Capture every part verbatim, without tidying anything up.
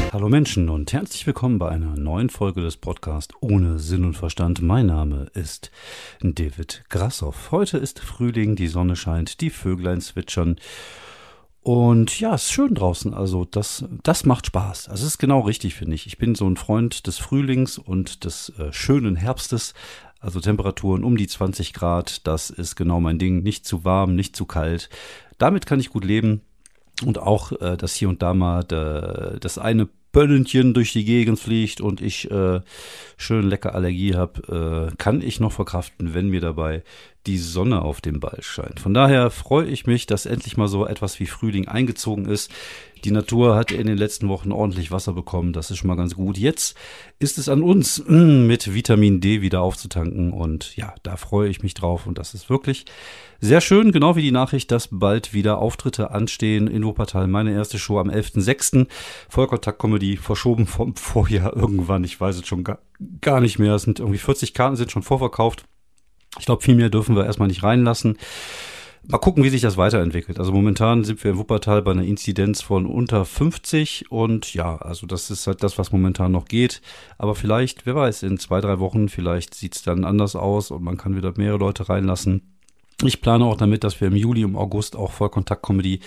Hallo Menschen und herzlich willkommen bei einer neuen Folge des Podcasts Ohne Sinn und Verstand. Mein Name ist David Grassoff. Heute ist Frühling, die Sonne scheint, die Vöglein zwitschern und ja, es ist schön draußen. Also das, das macht Spaß. Also es ist genau richtig, finde ich. Ich bin so ein Freund des Frühlings und des äh, schönen Herbstes. Also Temperaturen um die zwanzig Grad, das ist genau mein Ding. Nicht zu warm, nicht zu kalt. Damit kann ich gut leben. Und auch, äh, dass hier und da mal de, das eine Bönnchen durch die Gegend fliegt und ich äh, schön lecker Allergie habe, äh, kann ich noch verkraften, wenn mir dabei die Sonne auf dem Ball scheint. Von daher freue ich mich, dass endlich mal so etwas wie Frühling eingezogen ist. Die Natur hat in den letzten Wochen ordentlich Wasser bekommen, das ist schon mal ganz gut. Jetzt ist es an uns, mit Vitamin D wieder aufzutanken und ja, da freue ich mich drauf und das ist wirklich sehr schön, genau wie die Nachricht, dass bald wieder Auftritte anstehen in Wuppertal. Meine erste Show am elften sechsten Vollkontakt-Comedy, verschoben vom Vorjahr irgendwann, ich weiß es schon gar, gar nicht mehr. Es sind irgendwie vierzig Karten, sind schon vorverkauft. Ich glaube, viel mehr dürfen wir erstmal nicht reinlassen. Mal gucken, wie sich das weiterentwickelt. Also momentan sind wir in Wuppertal bei einer Inzidenz von unter fünfzig und ja, also das ist halt das, was momentan noch geht. Aber vielleicht, wer weiß, in zwei, drei Wochen, vielleicht sieht es dann anders aus und man kann wieder mehrere Leute reinlassen. Ich plane auch damit, dass wir im Juli, im August auch Vollkontakt-Comedy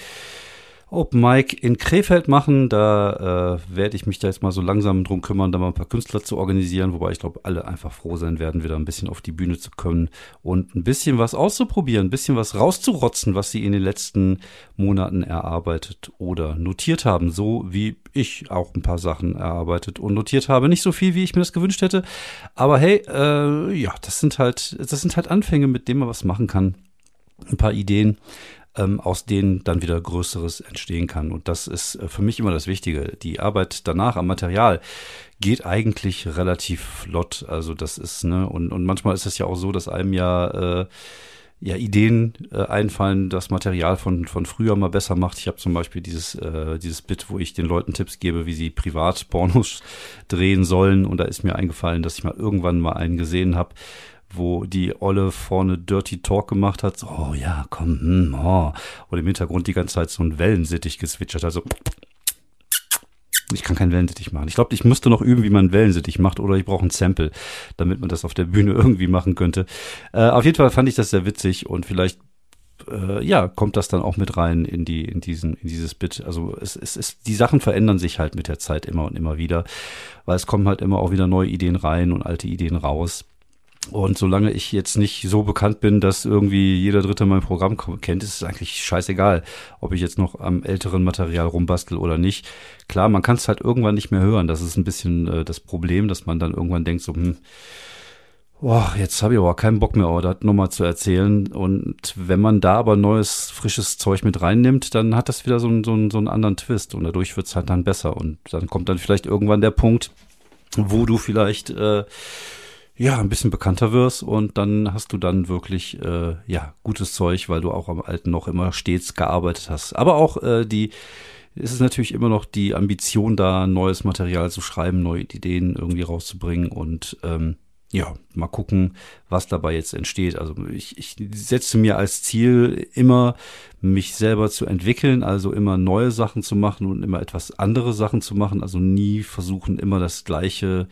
Open Mic in Krefeld machen. Da äh, werde ich mich da jetzt mal so langsam drum kümmern, da mal ein paar Künstler zu organisieren, wobei ich glaube, alle einfach froh sein werden, wieder ein bisschen auf die Bühne zu können und ein bisschen was auszuprobieren, ein bisschen was rauszurotzen, was sie in den letzten Monaten erarbeitet oder notiert haben, so wie ich auch ein paar Sachen erarbeitet und notiert habe. Nicht so viel, wie ich mir das gewünscht hätte, aber hey, äh, ja, das sind halt, das sind halt Anfänge, mit denen man was machen kann. Ein paar Ideen, ähm, aus denen dann wieder Größeres entstehen kann. Und das ist äh, für mich immer das Wichtige. Die Arbeit danach am Material geht eigentlich relativ flott. Also das ist, ne, und, und manchmal ist es ja auch so, dass einem ja, äh, ja Ideen äh, einfallen, das Material von, von früher mal besser macht. Ich habe zum Beispiel dieses, äh, dieses Bit, wo ich den Leuten Tipps gebe, wie sie privat Pornos drehen sollen. Und da ist mir eingefallen, dass ich mal irgendwann mal einen gesehen habe, wo die Olle vorne Dirty Talk gemacht hat, so, oh ja, komm, hm, oh. Und im Hintergrund die ganze Zeit so ein Wellensittich gezwitschert, also ich kann keinen Wellensittich machen. Ich glaube, ich müsste noch üben, wie man einen Wellensittich macht, oder ich brauche ein Sample, damit man das auf der Bühne irgendwie machen könnte. Äh, auf jeden Fall fand ich das sehr witzig und vielleicht äh, ja, kommt das dann auch mit rein in die in diesen in dieses Bit. Also es, es ist, die Sachen verändern sich halt mit der Zeit immer und immer wieder, weil es kommen halt immer auch wieder neue Ideen rein und alte Ideen raus. Und solange ich jetzt nicht so bekannt bin, dass irgendwie jeder Dritte mein Programm kennt, ist es eigentlich scheißegal, ob ich jetzt noch am älteren Material rumbastel oder nicht. Klar, man kann es halt irgendwann nicht mehr hören. Das ist ein bisschen äh, das Problem, dass man dann irgendwann denkt so, hm, boah, jetzt habe ich aber keinen Bock mehr, das nochmal zu erzählen. Und wenn man da aber neues, frisches Zeug mit reinnimmt, dann hat das wieder so, einen- so, einen- so einen anderen Twist. Und dadurch wird es halt dann besser. Und dann kommt dann vielleicht irgendwann der Punkt, wo du vielleicht äh, ja, ein bisschen bekannter wirst und dann hast du dann wirklich, äh, ja, gutes Zeug, weil du auch am Alten noch immer stets gearbeitet hast. Aber auch äh, die, es ist natürlich immer noch die Ambition da, neues Material zu schreiben, neue Ideen irgendwie rauszubringen und ähm, ja, mal gucken, was dabei jetzt entsteht. Also ich, ich setze mir als Ziel immer, mich selber zu entwickeln, also immer neue Sachen zu machen und immer etwas andere Sachen zu machen, also nie versuchen, immer das gleiche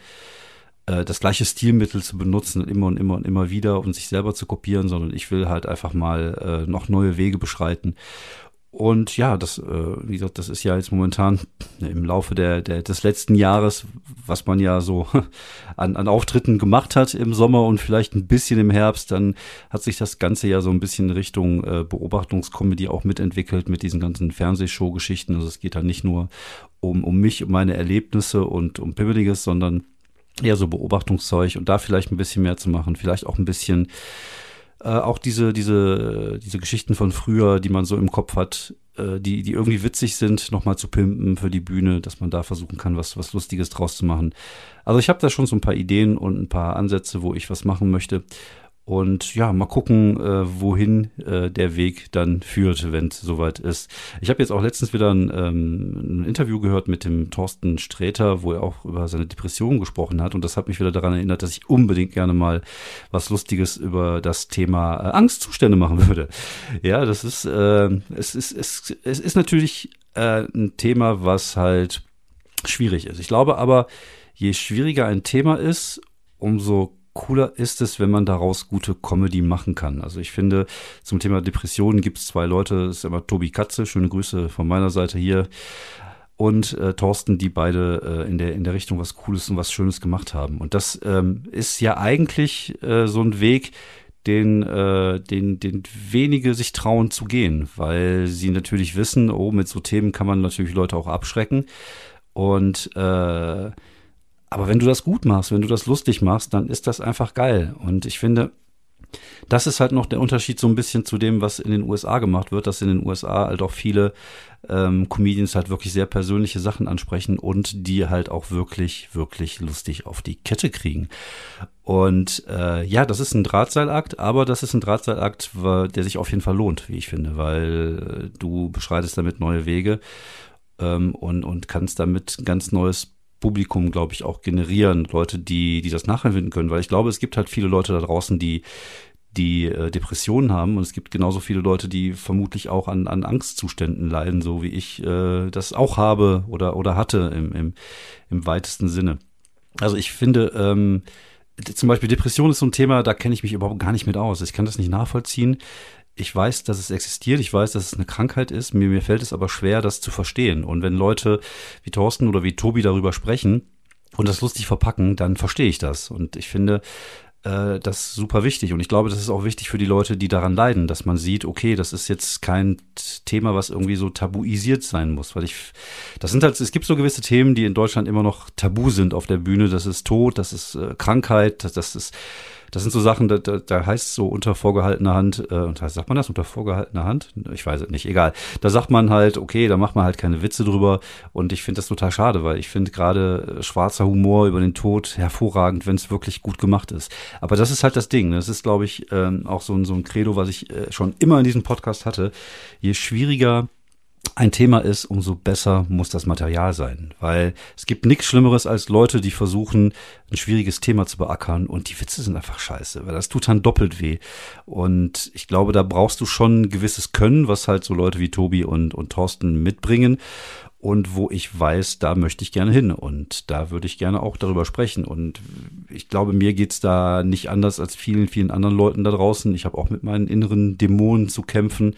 das gleiche Stilmittel zu benutzen, immer und immer und immer wieder und sich selber zu kopieren, sondern ich will halt einfach mal äh, noch neue Wege beschreiten. Und ja, das, äh, wie gesagt, das ist ja jetzt momentan im Laufe der, der des letzten Jahres, was man ja so an, an Auftritten gemacht hat im Sommer und vielleicht ein bisschen im Herbst, dann hat sich das Ganze ja so ein bisschen Richtung äh, Beobachtungskomödie auch mitentwickelt mit diesen ganzen Fernsehshow-Geschichten. Also es geht dann nicht nur um, um mich, um meine Erlebnisse und um Pimmeliges, sondern eher so Beobachtungszeug und da vielleicht ein bisschen mehr zu machen, vielleicht auch ein bisschen äh, auch diese diese diese Geschichten von früher, die man so im Kopf hat, äh, die die irgendwie witzig sind, nochmal zu pimpen für die Bühne, dass man da versuchen kann, was was Lustiges draus zu machen. Also ich habe da schon so ein paar Ideen und ein paar Ansätze, wo ich was machen möchte. Und ja, mal gucken, äh, wohin äh, der Weg dann führt, wenn es soweit ist. Ich habe jetzt auch letztens wieder ein, ähm, ein Interview gehört mit dem Thorsten Sträter, wo er auch über seine Depression gesprochen hat. Und das hat mich wieder daran erinnert, dass ich unbedingt gerne mal was Lustiges über das Thema äh, Angstzustände machen würde. Ja, das ist, äh, es ist, es, es ist natürlich äh, ein Thema, was halt schwierig ist. Ich glaube aber, je schwieriger ein Thema ist, umso cooler ist es, wenn man daraus gute Comedy machen kann. Also ich finde, zum Thema Depressionen gibt es zwei Leute, das ist immer Tobi Katze, schöne Grüße von meiner Seite hier, und äh, Thorsten, die beide äh, in der in der Richtung was Cooles und was Schönes gemacht haben. Und das ähm, ist ja eigentlich äh, so ein Weg, den, äh, den, den wenige sich trauen zu gehen, weil sie natürlich wissen, oh, mit so Themen kann man natürlich Leute auch abschrecken. Und äh, aber wenn du das gut machst, wenn du das lustig machst, dann ist das einfach geil. Und ich finde, das ist halt noch der Unterschied so ein bisschen zu dem, was in den U S A gemacht wird, dass in den U S A halt auch viele ähm, Comedians halt wirklich sehr persönliche Sachen ansprechen und die halt auch wirklich, wirklich lustig auf die Kette kriegen. Und äh, ja, das ist ein Drahtseilakt, aber das ist ein Drahtseilakt, der sich auf jeden Fall lohnt, wie ich finde, weil äh, du beschreitest damit neue Wege ähm, und, und kannst damit ein ganz neues Publikum, glaube ich, auch generieren, Leute, die die das nachempfinden können, weil ich glaube, es gibt halt viele Leute da draußen, die die äh, Depressionen haben und es gibt genauso viele Leute, die vermutlich auch an an Angstzuständen leiden, so wie ich äh, das auch habe oder oder hatte im im im weitesten Sinne. Also ich finde ähm, zum Beispiel Depression ist so ein Thema, da kenne ich mich überhaupt gar nicht mit aus. Ich kann das nicht nachvollziehen. Ich weiß, dass es existiert, ich weiß, dass es eine Krankheit ist, mir, mir fällt es aber schwer, das zu verstehen. Und wenn Leute wie Thorsten oder wie Tobi darüber sprechen und das lustig verpacken, dann verstehe ich das. Und ich finde äh, das super wichtig. Und ich glaube, das ist auch wichtig für die Leute, die daran leiden, dass man sieht, okay, das ist jetzt kein Thema, was irgendwie so tabuisiert sein muss. Weil ich, das sind halt, es gibt so gewisse Themen, die in Deutschland immer noch tabu sind auf der Bühne. Das ist Tod, das ist äh, Krankheit, das, das ist Das sind so Sachen, da, da, da heißt es so unter vorgehaltener Hand, äh, und sagt man das unter vorgehaltener Hand? Ich weiß es nicht, egal. Da sagt man halt, okay, da macht man halt keine Witze drüber und ich finde das total schade, weil ich finde gerade äh, schwarzer Humor über den Tod hervorragend, wenn es wirklich gut gemacht ist. Aber das ist halt das Ding, das ist, glaube ich, ähm, auch so ein, so ein Credo, was ich äh, schon immer in diesem Podcast hatte. Je schwieriger ein Thema ist, umso besser muss das Material sein, weil es gibt nichts Schlimmeres als Leute, die versuchen, ein schwieriges Thema zu beackern und die Witze sind einfach scheiße, weil das tut dann doppelt weh. Und ich glaube, da brauchst du schon ein gewisses Können, was halt so Leute wie Tobi und, und Thorsten mitbringen und wo ich weiß, da möchte ich gerne hin und da würde ich gerne auch darüber sprechen. Und ich glaube, mir geht's da nicht anders als vielen, vielen anderen Leuten da draußen. Ich habe auch mit meinen inneren Dämonen zu kämpfen.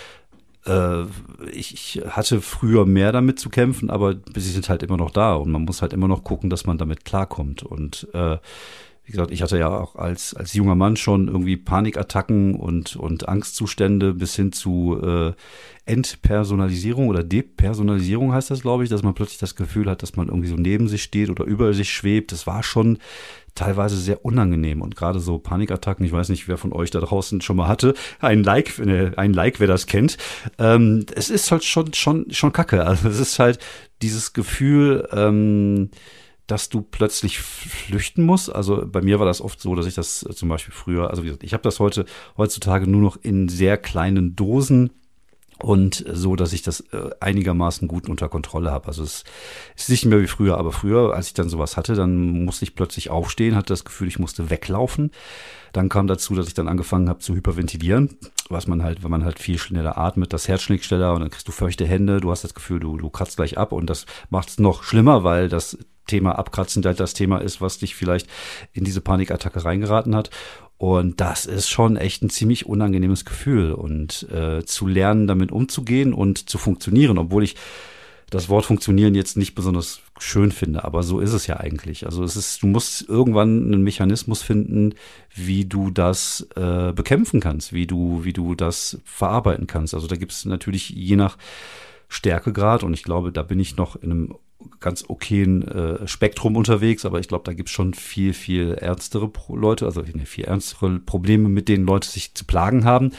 Ich hatte früher mehr damit zu kämpfen, aber sie sind halt immer noch da und man muss halt immer noch gucken, dass man damit klarkommt. Und äh, wie gesagt, ich hatte ja auch als als junger Mann schon irgendwie Panikattacken und und Angstzustände bis hin zu äh, Entpersonalisierung oder Depersonalisierung heißt das, glaube ich, dass man plötzlich das Gefühl hat, dass man irgendwie so neben sich steht oder über sich schwebt. Das war schon teilweise sehr unangenehm und gerade so Panikattacken, ich weiß nicht, wer von euch da draußen schon mal hatte, ein Like, ein Like, wer das kennt. Ähm, es ist halt schon schon schon Kacke. Also es ist halt dieses Gefühl, ähm, dass du plötzlich flüchten musst. Also bei mir war das oft so, dass ich das zum Beispiel früher, also wie gesagt, ich habe das heute heutzutage nur noch in sehr kleinen Dosen und so, dass ich das äh, einigermaßen gut unter Kontrolle habe. Also es ist nicht mehr wie früher, aber früher, als ich dann sowas hatte, dann musste ich plötzlich aufstehen, hatte das Gefühl, ich musste weglaufen. Dann kam dazu, dass ich dann angefangen habe zu hyperventilieren, was man halt, wenn man halt viel schneller atmet, das Herz schlägt schneller und dann kriegst du feuchte Hände, du hast das Gefühl, du, du kratzt gleich ab und das macht es noch schlimmer, weil das Thema Abkratzen halt das Thema ist, was dich vielleicht in diese Panikattacke reingeraten hat. Und das ist schon echt ein ziemlich unangenehmes Gefühl und äh, zu lernen, damit umzugehen und zu funktionieren, obwohl ich das Wort funktionieren jetzt nicht besonders schön finde, aber so ist es ja eigentlich. Also es ist, du musst irgendwann einen Mechanismus finden, wie du das äh, bekämpfen kannst, wie du, wie du das verarbeiten kannst. Also da gibt es natürlich je nach Stärkegrad und ich glaube, da bin ich noch in einem ganz okayen äh, Spektrum unterwegs, aber ich glaube, da gibt es schon viel, viel ernstere Pro- Leute, also ne, viel ernstere Probleme, mit denen Leute sich zu plagen haben.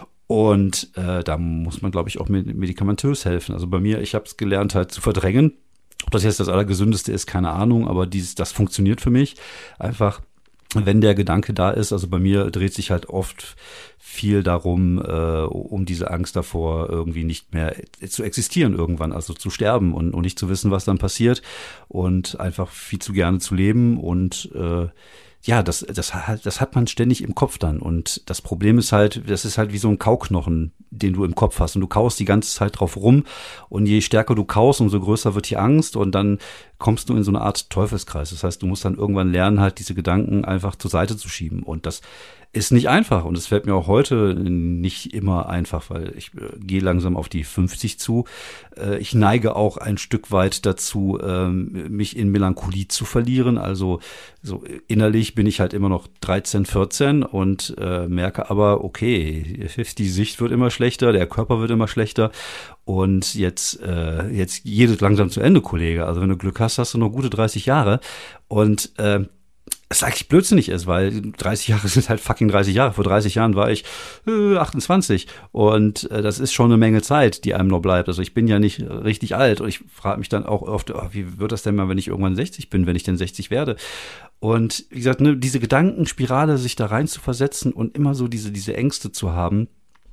Und äh, da muss man, glaube ich, auch mit medikamentös helfen. Also bei mir, ich habe es gelernt, halt zu verdrängen. Ob das jetzt das Allergesündeste ist, keine Ahnung, aber dieses, das funktioniert für mich. Einfach, wenn der Gedanke da ist, also bei mir dreht sich halt oft viel darum, äh, um diese Angst davor, irgendwie nicht mehr zu existieren irgendwann, also zu sterben und, und nicht zu wissen, was dann passiert und einfach viel zu gerne zu leben und äh, ja, das, das, das hat man ständig im Kopf dann. Und das Problem ist halt, das ist halt wie so ein Kauknochen, den du im Kopf hast. Und du kaust die ganze Zeit drauf rum. Und je stärker du kaust, umso größer wird die Angst. Und dann kommst du in so eine Art Teufelskreis. Das heißt, du musst dann irgendwann lernen, halt diese Gedanken einfach zur Seite zu schieben. Und das ist nicht einfach. Und es fällt mir auch heute nicht immer einfach, weil ich äh, gehe langsam auf die fünfzig zu. Äh, ich neige auch ein Stück weit dazu, ähm, mich in Melancholie zu verlieren. Also so innerlich bin ich halt immer noch dreizehn, vierzehn und äh, merke aber, okay, die Sicht wird immer schlechter, der Körper wird immer schlechter. Und jetzt, äh, jetzt geht es langsam zu Ende, Kollege. Also wenn du Glück hast, hast du noch gute dreißig Jahre. Und äh, es eigentlich blödsinnig ist, weil dreißig Jahre sind halt fucking dreißig Jahre. Vor dreißig Jahren war ich äh, achtundzwanzig und äh, das ist schon eine Menge Zeit, die einem noch bleibt. Also ich bin ja nicht richtig alt und ich frage mich dann auch oft, oh, wie wird das denn mal, wenn ich irgendwann sechzig bin, wenn ich denn sechzig werde? Und wie gesagt, ne, diese Gedankenspirale, sich da rein zu versetzen und immer so diese, diese Ängste zu haben,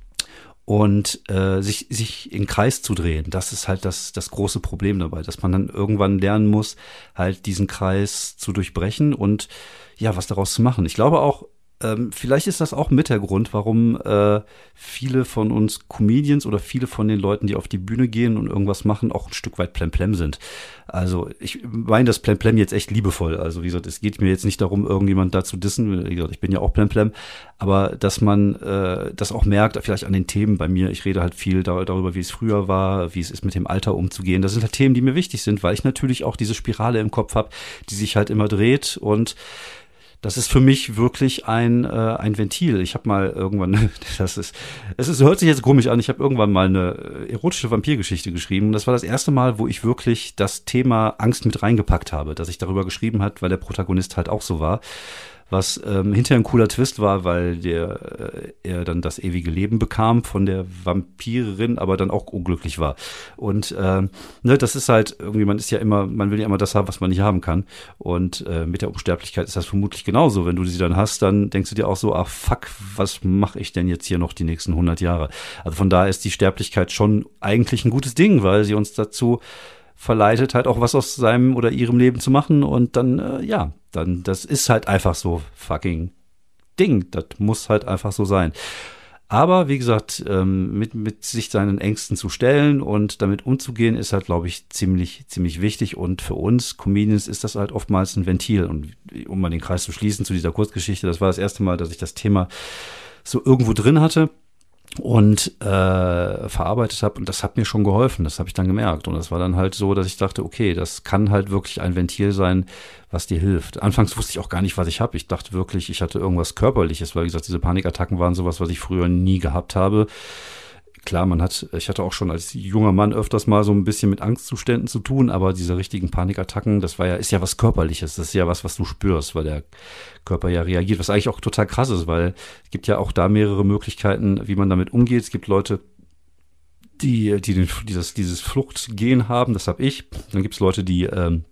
und äh, sich sich in Kreis zu drehen, das ist halt das das große Problem dabei, dass man dann irgendwann lernen muss, halt diesen Kreis zu durchbrechen und ja, was daraus zu machen. Ich glaube auch, ähm, vielleicht ist das auch mit der Grund, warum äh, viele von uns Comedians oder viele von den Leuten, die auf die Bühne gehen und irgendwas machen, auch ein Stück weit plemplem sind. Also ich meine das Plemplem jetzt echt liebevoll. Also wie gesagt, es geht mir jetzt nicht darum, irgendjemand da zu dissen. Wie gesagt, ich bin ja auch Plemplem. Aber dass man äh, das auch merkt, vielleicht an den Themen bei mir. Ich rede halt viel da, darüber, wie es früher war, wie es ist, mit dem Alter umzugehen. Das sind halt Themen, die mir wichtig sind, weil ich natürlich auch diese Spirale im Kopf habe, die sich halt immer dreht. Und das ist für mich wirklich ein äh, ein Ventil. Ich habe mal irgendwann, das ist, es ist, hört sich jetzt komisch an, ich habe irgendwann mal eine erotische Vampirgeschichte geschrieben. Das war das erste Mal, wo ich wirklich das Thema Angst mit reingepackt habe, dass ich darüber geschrieben hat, weil der Protagonist halt auch so war. Was ähm, hinterher ein cooler Twist war, weil der äh, er dann das ewige Leben bekam von der Vampirin, aber dann auch unglücklich war. Und ähm, ne, das ist halt irgendwie, man ist ja immer, man will ja immer das haben, was man nicht haben kann. Und äh, mit der Unsterblichkeit ist das vermutlich genauso. Wenn du sie dann hast, dann denkst du dir auch so, ach fuck, was mache ich denn jetzt hier noch die nächsten hundert Jahre? Also von daher ist die Sterblichkeit schon eigentlich ein gutes Ding, weil sie uns dazu verleitet, halt auch was aus seinem oder ihrem Leben zu machen und dann, äh, ja, dann, das ist halt einfach so fucking Ding. Das muss halt einfach so sein. Aber wie gesagt, ähm, mit, mit sich seinen Ängsten zu stellen und damit umzugehen, ist halt, glaube ich, ziemlich, ziemlich wichtig. Und für uns Comedians ist das halt oftmals ein Ventil. Und um mal den Kreis zu schließen zu dieser Kurzgeschichte, das war das erste Mal, dass ich das Thema so irgendwo drin hatte und äh, verarbeitet habe, und das hat mir schon geholfen, das habe ich dann gemerkt, und das war dann halt so, dass ich dachte, okay, das kann halt wirklich ein Ventil sein, was dir hilft. Anfangs wusste ich auch gar nicht, was ich habe. Ich dachte wirklich, ich hatte irgendwas Körperliches, weil wie gesagt, diese Panikattacken waren sowas, was ich früher nie gehabt habe. Klar, man hat, ich hatte auch schon als junger Mann öfters mal so ein bisschen mit Angstzuständen zu tun, aber diese richtigen Panikattacken, das war ja, ist ja was Körperliches, das ist ja was, was du spürst, weil der Körper ja reagiert, was eigentlich auch total krass ist, weil es gibt ja auch da mehrere Möglichkeiten, wie man damit umgeht. Es gibt Leute, die, die, den, die das, dieses Fluchtgehen haben, das habe ich. Dann gibt es Leute, die, ähm,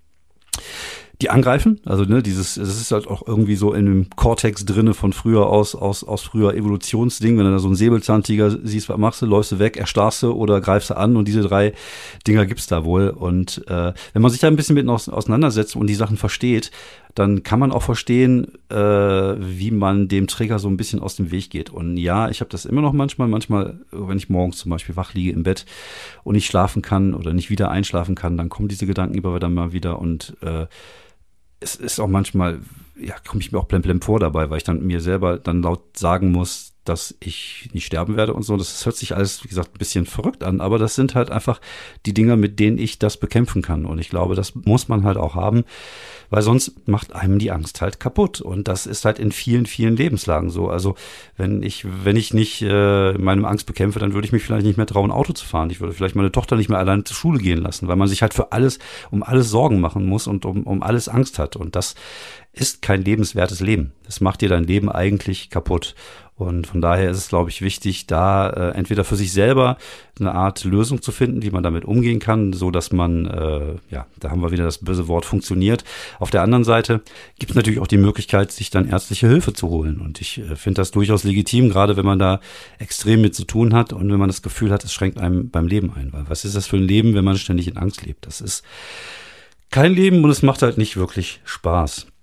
die angreifen, also ne, dieses, es ist halt auch irgendwie so in dem Kortex drinne von früher aus, aus, aus früher Evolutionsding, wenn du da so einen Säbelzahntiger siehst, was machst du, läufst du weg, erstarrst du oder greifst du an, und diese drei Dinger gibt's da wohl, und äh, wenn man sich da ein bisschen mit auseinandersetzt und die Sachen versteht, dann kann man auch verstehen, äh, wie man dem Trigger so ein bisschen aus dem Weg geht. Und ja, ich habe das immer noch manchmal, manchmal, wenn ich morgens zum Beispiel wach liege im Bett und nicht schlafen kann oder nicht wieder einschlafen kann, dann kommen diese Gedanken immer wieder mal wieder, und äh, es ist auch manchmal, ja, komme ich mir auch blemplem vor dabei, weil ich dann mir selber dann laut sagen muss, dass ich nicht sterben werde und so. Das hört sich alles, wie gesagt, ein bisschen verrückt an, aber das sind halt einfach die Dinger, mit denen ich das bekämpfen kann. Und ich glaube, das muss man halt auch haben, weil sonst macht einem die Angst halt kaputt. Und das ist halt in vielen, vielen Lebenslagen so. Also wenn ich, wenn ich nicht äh, meine Angst bekämpfe, dann würde ich mich vielleicht nicht mehr trauen, Auto zu fahren. Ich würde vielleicht meine Tochter nicht mehr alleine zur Schule gehen lassen, weil man sich halt für alles, um alles Sorgen machen muss und um, um alles Angst hat. Und das ist kein lebenswertes Leben. Das macht dir dein Leben eigentlich kaputt. Und von daher ist es, glaube ich, wichtig, da äh, entweder für sich selber eine Art Lösung zu finden, wie man damit umgehen kann, so dass man, äh, ja, da haben wir wieder das böse Wort, funktioniert. Auf der anderen Seite gibt es natürlich auch die Möglichkeit, sich dann ärztliche Hilfe zu holen. Und ich äh, finde das durchaus legitim, gerade wenn man da extrem mit zu tun hat und wenn man das Gefühl hat, es schränkt einem beim Leben ein. Weil was ist das für ein Leben, wenn man ständig in Angst lebt? Das ist kein Leben, und es macht halt nicht wirklich Spaß.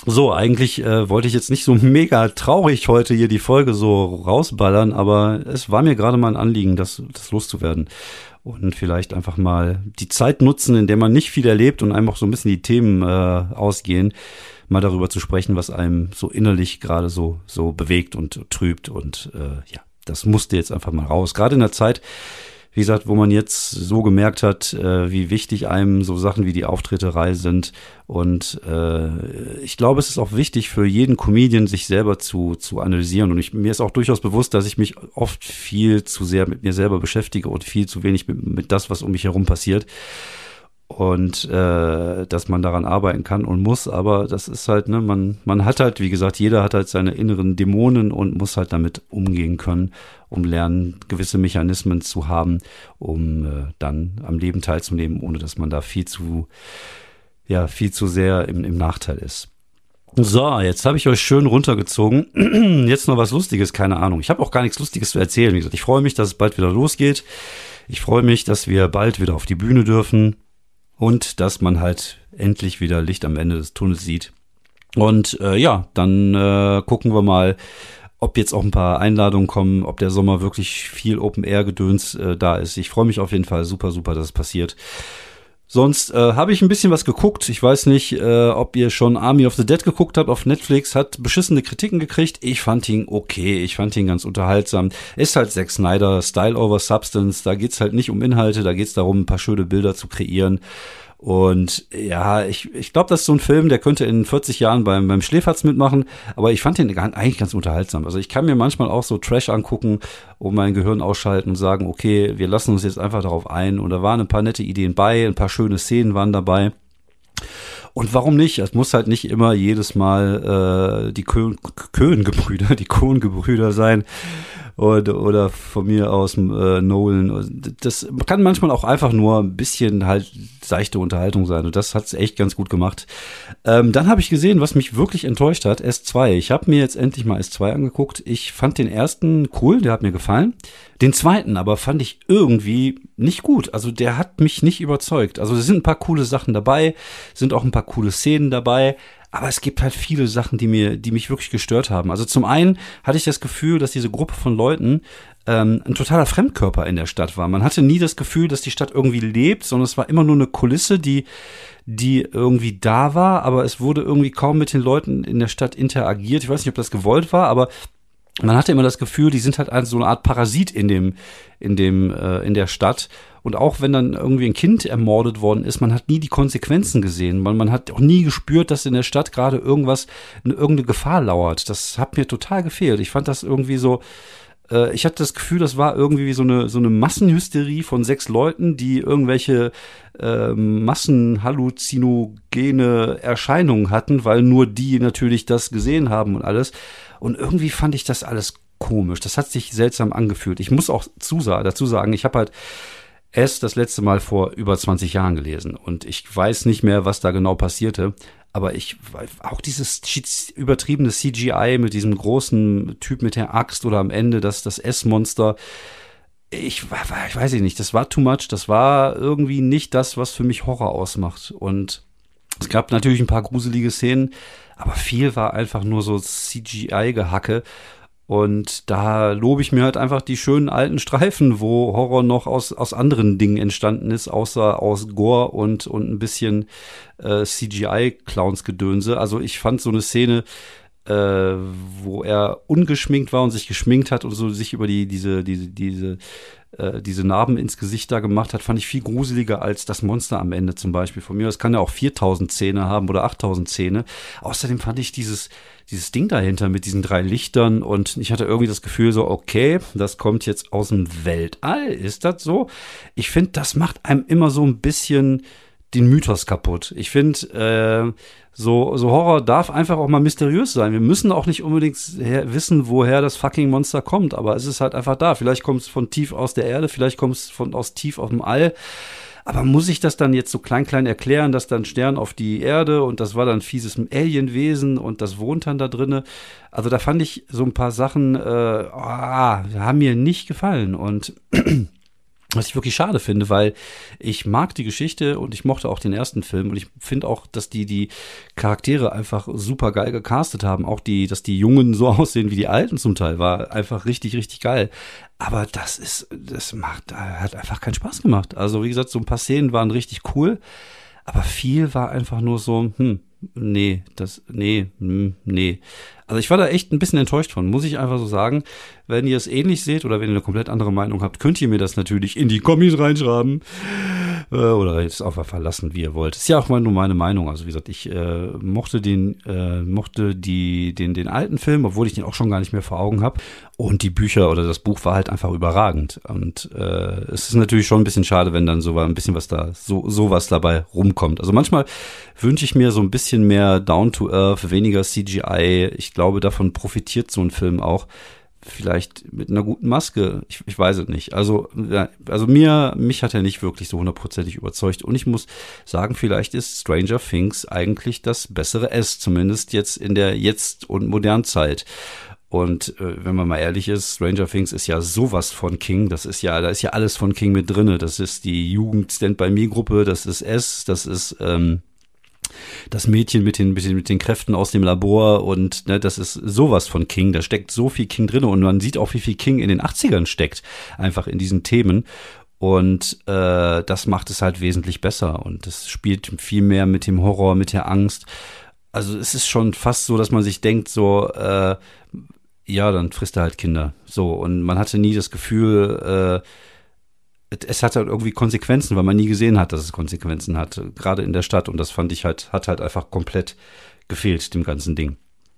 So, eigentlich äh, wollte ich jetzt nicht so mega traurig heute hier die Folge so rausballern, aber es war mir gerade mal ein Anliegen, das, das loszuwerden. Und vielleicht einfach mal die Zeit nutzen, in der man nicht viel erlebt und einfach so ein bisschen die Themen äh, ausgehen, mal darüber zu sprechen, was einem so innerlich gerade so so bewegt und trübt. Und äh, ja, das musste jetzt einfach mal raus. Gerade in der Zeit, wie gesagt, wo man jetzt so gemerkt hat, äh, wie wichtig einem so Sachen wie die Auftritterei sind. Und äh, ich glaube, es ist auch wichtig für jeden Comedian, sich selber zu zu analysieren. Und ich, mir ist auch durchaus bewusst, dass ich mich oft viel zu sehr mit mir selber beschäftige und viel zu wenig mit, mit das, was um mich herum passiert. Und äh, dass man daran arbeiten kann und muss, aber das ist halt, ne, man man hat halt, wie gesagt, jeder hat halt seine inneren Dämonen und muss halt damit umgehen können, um lernen, gewisse Mechanismen zu haben, um äh, dann am Leben teilzunehmen, ohne dass man da viel zu, ja, viel zu sehr im, im Nachteil ist. So, jetzt habe ich euch schön runtergezogen. Jetzt noch was Lustiges, keine Ahnung. Ich habe auch gar nichts Lustiges zu erzählen. Wie gesagt, ich freue mich, dass es bald wieder losgeht. Ich freue mich, dass wir bald wieder auf die Bühne dürfen. Und dass man halt endlich wieder Licht am Ende des Tunnels sieht. Und äh, ja, dann äh, gucken wir mal, ob jetzt auch ein paar Einladungen kommen, ob der Sommer wirklich viel Open-Air-Gedöns äh, da ist. Ich freue mich auf jeden Fall super, super, dass es passiert. Sonst äh, habe ich ein bisschen was geguckt. Ich weiß nicht, äh, ob ihr schon Army of the Dead geguckt habt auf Netflix. Hat beschissene Kritiken gekriegt. Ich fand ihn okay. Ich fand ihn ganz unterhaltsam. Ist halt Zack Snyder, Style over Substance. Da geht's halt nicht um Inhalte. Da geht's darum, ein paar schöne Bilder zu kreieren. Und ja, ich ich glaube, das ist so ein Film, der könnte in vierzig Jahren beim beim Schläferz mitmachen, aber ich fand den eigentlich ganz unterhaltsam. Also ich kann mir manchmal auch so Trash angucken und mein Gehirn ausschalten und sagen, okay, wir lassen uns jetzt einfach darauf ein. Und da waren ein paar nette Ideen bei, ein paar schöne Szenen waren dabei. Und warum nicht? Es muss halt nicht immer jedes Mal äh, die Coen-Gebrüder, die Coen-Gebrüder sein. Oder, oder von mir aus äh, Nolan. Das kann manchmal auch einfach nur ein bisschen halt seichte Unterhaltung sein. Und das hat's echt ganz gut gemacht. Ähm, dann habe ich gesehen, was mich wirklich enttäuscht hat, S zwei. Ich habe mir jetzt endlich mal S zwei angeguckt. Ich fand den ersten cool, der hat mir gefallen. Den zweiten aber fand ich irgendwie nicht gut. Also der hat mich nicht überzeugt. Also es sind ein paar coole Sachen dabei, sind auch ein paar coole Szenen dabei. Aber es gibt halt viele Sachen, die mir, die mich wirklich gestört haben. Also zum einen hatte ich das Gefühl, dass diese Gruppe von Leuten ähm, ein totaler Fremdkörper in der Stadt war. Man hatte nie das Gefühl, dass die Stadt irgendwie lebt, sondern es war immer nur eine Kulisse, die, die irgendwie da war. Aber es wurde irgendwie kaum mit den Leuten in der Stadt interagiert. Ich weiß nicht, ob das gewollt war, aber man hatte immer das Gefühl, die sind halt so eine Art Parasit in dem, in dem, äh, in der Stadt. Und auch wenn dann irgendwie ein Kind ermordet worden ist, man hat nie die Konsequenzen gesehen. Man, man hat auch nie gespürt, dass in der Stadt gerade irgendwas, irgendeine Gefahr lauert. Das hat mir total gefehlt. Ich fand das irgendwie so, äh, ich hatte das Gefühl, das war irgendwie wie so eine, so eine Massenhysterie von sechs Leuten, die irgendwelche äh, massenhalluzinogene Erscheinungen hatten, weil nur die natürlich das gesehen haben und alles. Und irgendwie fand ich das alles komisch. Das hat sich seltsam angefühlt. Ich muss auch zusa- dazu sagen, ich habe halt es das letzte Mal vor über zwanzig Jahren gelesen. Und ich weiß nicht mehr, was da genau passierte. Aber ich, auch dieses übertriebene C G I mit diesem großen Typ mit der Axt oder am Ende das, das S-Monster. Ich, ich weiß nicht, das war too much. Das war irgendwie nicht das, was für mich Horror ausmacht. Und es gab natürlich ein paar gruselige Szenen, aber viel war einfach nur so C G I-Gehacke. Und da lobe ich mir halt einfach die schönen alten Streifen, wo Horror noch aus aus anderen Dingen entstanden ist, außer aus Gore und und ein bisschen äh, C G I-Clowns-Gedönse. Also ich fand so eine Szene, äh, wo er ungeschminkt war und sich geschminkt hat und so sich über die diese diese diese äh, diese Narben ins Gesicht da gemacht hat, fand ich viel gruseliger als das Monster am Ende zum Beispiel von mir. Das kann ja auch viertausend Zähne haben oder achttausend Zähne. Außerdem fand ich dieses dieses Ding dahinter mit diesen drei Lichtern und ich hatte irgendwie das Gefühl so, okay, das kommt jetzt aus dem Weltall, ist das so? Ich finde, das macht einem immer so ein bisschen den Mythos kaputt. Ich finde, äh, so, so Horror darf einfach auch mal mysteriös sein. Wir müssen auch nicht unbedingt her- wissen, woher das fucking Monster kommt, aber es ist halt einfach da. Vielleicht kommt es von tief aus der Erde, vielleicht kommt es von aus tief aus dem All. Aber muss ich das dann jetzt so klein, klein erklären, dass dann Stern auf die Erde und das war dann fieses Alienwesen und das wohnt dann da drinne? Also da fand ich so ein paar Sachen, äh, oh, haben mir nicht gefallen und Was ich wirklich schade finde, weil ich mag die Geschichte und ich mochte auch den ersten Film und ich finde auch, dass die die Charaktere einfach super geil gecastet haben. Auch die, dass die Jungen so aussehen wie die Alten zum Teil, war einfach richtig, richtig geil. Aber das ist, das macht, hat einfach keinen Spaß gemacht. Also wie gesagt, so ein paar Szenen waren richtig cool, aber viel war einfach nur so, hm, nee, das, nee, hm, nee. Also ich war da echt ein bisschen enttäuscht von, muss ich einfach so sagen. Wenn ihr es ähnlich seht oder wenn ihr eine komplett andere Meinung habt, könnt ihr mir das natürlich in die Kommis reinschreiben. Äh, oder jetzt einfach verlassen, wie ihr wollt. Ist ja auch mal nur meine Meinung. Also wie gesagt, ich äh, mochte den, äh, mochte die, den, den alten Film, obwohl ich den auch schon gar nicht mehr vor Augen habe. Und die Bücher oder das Buch war halt einfach überragend. Und äh, es ist natürlich schon ein bisschen schade, wenn dann so ein bisschen was da, so sowas dabei rumkommt. Also manchmal wünsche ich mir so ein bisschen mehr Down to Earth, weniger C G I. Ich glaube, davon profitiert so ein Film auch. Vielleicht mit einer guten Maske, ich, ich weiß es nicht. Also, ja, also mir, mich hat er nicht wirklich so hundertprozentig überzeugt. Und ich muss sagen, vielleicht ist Stranger Things eigentlich das bessere S, zumindest jetzt in der Jetzt- und modernen Zeit. Und äh, wenn man mal ehrlich ist, Stranger Things ist ja sowas von King. Das ist ja, da ist ja alles von King mit drinne. Das ist die Jugend-Stand-by-Me-Gruppe, das ist S, das ist ähm, das Mädchen mit den, mit den, mit den Kräften aus dem Labor und ne, das ist sowas von King, da steckt so viel King drin und man sieht auch, wie viel King in den achtzigern steckt, einfach in diesen Themen und äh, das macht es halt wesentlich besser und es spielt viel mehr mit dem Horror, mit der Angst. Also es ist schon fast so, dass man sich denkt, so äh, ja, dann frisst er halt Kinder. So, und man hatte nie das Gefühl, äh, es hat halt irgendwie Konsequenzen, weil man nie gesehen hat, dass es Konsequenzen hat, gerade in der Stadt. Und das fand ich halt, hat halt einfach komplett gefehlt, dem ganzen Ding.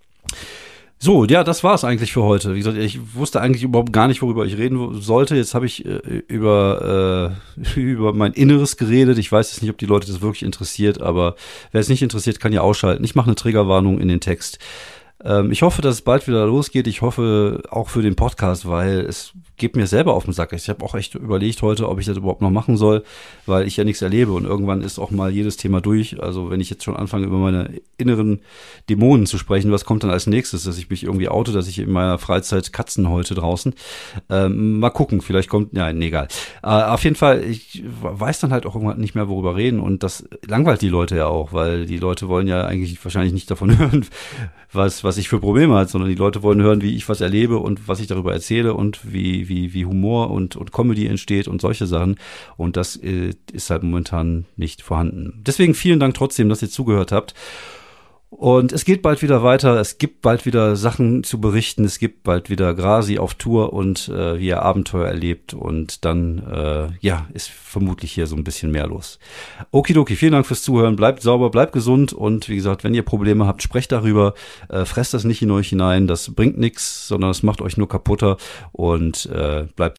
So, ja, das war's eigentlich für heute. Wie gesagt, ich wusste eigentlich überhaupt gar nicht, worüber ich reden sollte. Jetzt habe ich äh, über, äh, über mein Inneres geredet. Ich weiß jetzt nicht, ob die Leute das wirklich interessiert, aber wer es nicht interessiert, kann ja ausschalten. Ich mache eine Triggerwarnung in den Text. Ähm, ich hoffe, dass es bald wieder losgeht. Ich hoffe auch für den Podcast, weil es geht mir selber auf den Sack. Ich habe auch echt überlegt heute, ob ich das überhaupt noch machen soll, weil ich ja nichts erlebe und irgendwann ist auch mal jedes Thema durch. Also wenn ich jetzt schon anfange, über meine inneren Dämonen zu sprechen, was kommt dann als nächstes? Dass ich mich irgendwie oute, dass ich in meiner Freizeit Katzen heute draußen. Ähm, mal gucken, vielleicht kommt, ja, nee, egal. Äh, auf jeden Fall, ich weiß dann halt auch irgendwann nicht mehr, worüber reden und das langweilt die Leute ja auch, weil die Leute wollen ja eigentlich wahrscheinlich nicht davon hören, was, was ich für Probleme habe, sondern die Leute wollen hören, wie ich was erlebe und was ich darüber erzähle und wie, wie, wie Humor und, und Comedy entsteht und solche Sachen. Und das äh, ist halt momentan nicht vorhanden. Deswegen vielen Dank trotzdem, dass ihr zugehört habt. Und es geht bald wieder weiter, es gibt bald wieder Sachen zu berichten, es gibt bald wieder Grasi auf Tour und äh, wie er Abenteuer erlebt und dann, äh, ja, ist vermutlich hier so ein bisschen mehr los. Okidoki, vielen Dank fürs Zuhören, bleibt sauber, bleibt gesund und wie gesagt, wenn ihr Probleme habt, sprecht darüber, äh, fresst das nicht in euch hinein, das bringt nichts, sondern es macht euch nur kaputter und äh, bleibt